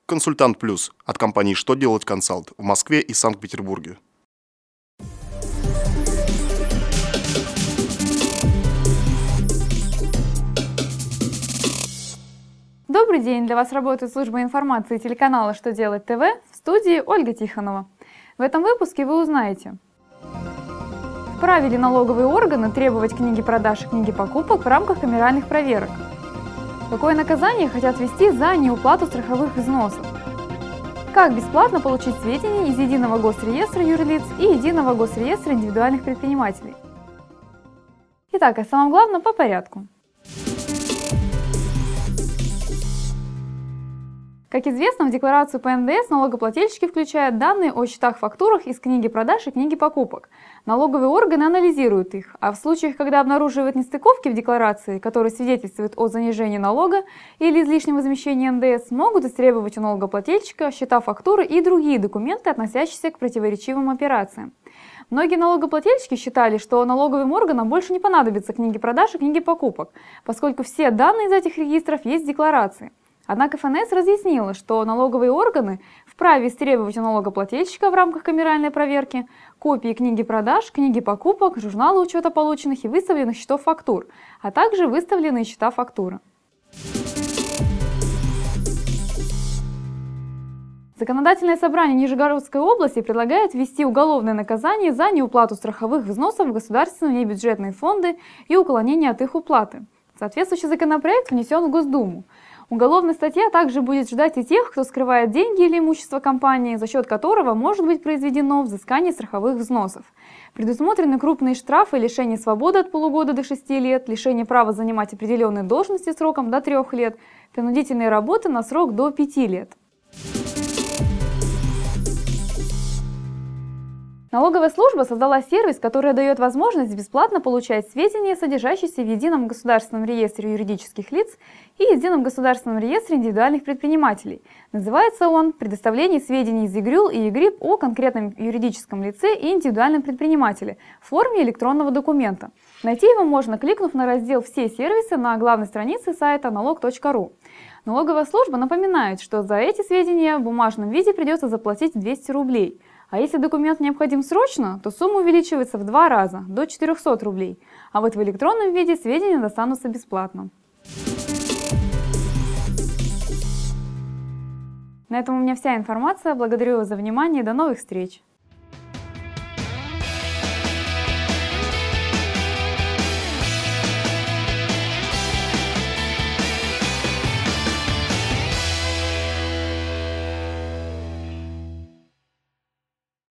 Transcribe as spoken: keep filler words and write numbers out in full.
Консультант Плюс от компании «Что делать консалт» в Москве и Санкт-Петербурге. Добрый день! Для вас работает служба информации телеканала «Что делать ТВ», в студии Ольга Тихонова. В этом выпуске вы узнаете: вправе ли налоговые органы требовать книги продаж и книги покупок в рамках камеральных проверок? Какое наказание хотят ввести за неуплату страховых взносов? Как бесплатно получить сведения из Единого госреестра юрлиц и Единого госреестра индивидуальных предпринимателей? Итак, о самом главном по порядку. Как известно, в декларацию по эн дэ эс налогоплательщики включают данные о счетах-фактурах из книги продаж и книги покупок. Налоговые органы анализируют их, а в случаях, когда обнаруживают нестыковки в декларации, которые свидетельствуют о занижении налога или излишнем возмещении эн дэ эс, могут истребовать у налогоплательщика счета-фактуры и другие документы, относящиеся к противоречивым операциям. Многие налогоплательщики считали, что налоговым органам больше не понадобятся книги продаж и книги покупок, поскольку все данные из этих регистров есть в декларации. Однако эф эн эс разъяснила, что налоговые органы вправе истребовать у налогоплательщика в рамках камеральной проверки копии книги продаж, книги покупок, журнала учета полученных и выставленных счетов фактур, а также выставленные счета фактуры. Законодательное собрание Нижегородской области предлагает ввести уголовное наказание за неуплату страховых взносов в государственные небюджетные фонды и уклонение от их уплаты. Соответствующий законопроект внесен в Госдуму. Уголовная статья также будет ждать и тех, кто скрывает деньги или имущество компании, за счет которого может быть произведено взыскание страховых взносов. Предусмотрены крупные штрафы, лишение свободы от полугода до шести лет, лишение права занимать определенные должности сроком до трех лет, принудительные работы на срок до пяти лет. Налоговая служба создала сервис, который дает возможность бесплатно получать сведения, содержащиеся в Едином государственном реестре юридических лиц и Едином государственном реестре индивидуальных предпринимателей. Называется он «Предоставление сведений из ЕГРЮЛ и ЕГРИП о конкретном юридическом лице и индивидуальном предпринимателе» в форме электронного документа. Найти его можно, кликнув на раздел «Все сервисы» на главной странице сайта налог точка ру. Налоговая служба напоминает, что за эти сведения в бумажном виде придется заплатить двести рублей. А если документ необходим срочно, то сумма увеличивается в два раза, до четырёхсот рублей. А вот в электронном виде сведения достанутся бесплатно. На этом у меня вся информация. Благодарю вас за внимание и до новых встреч!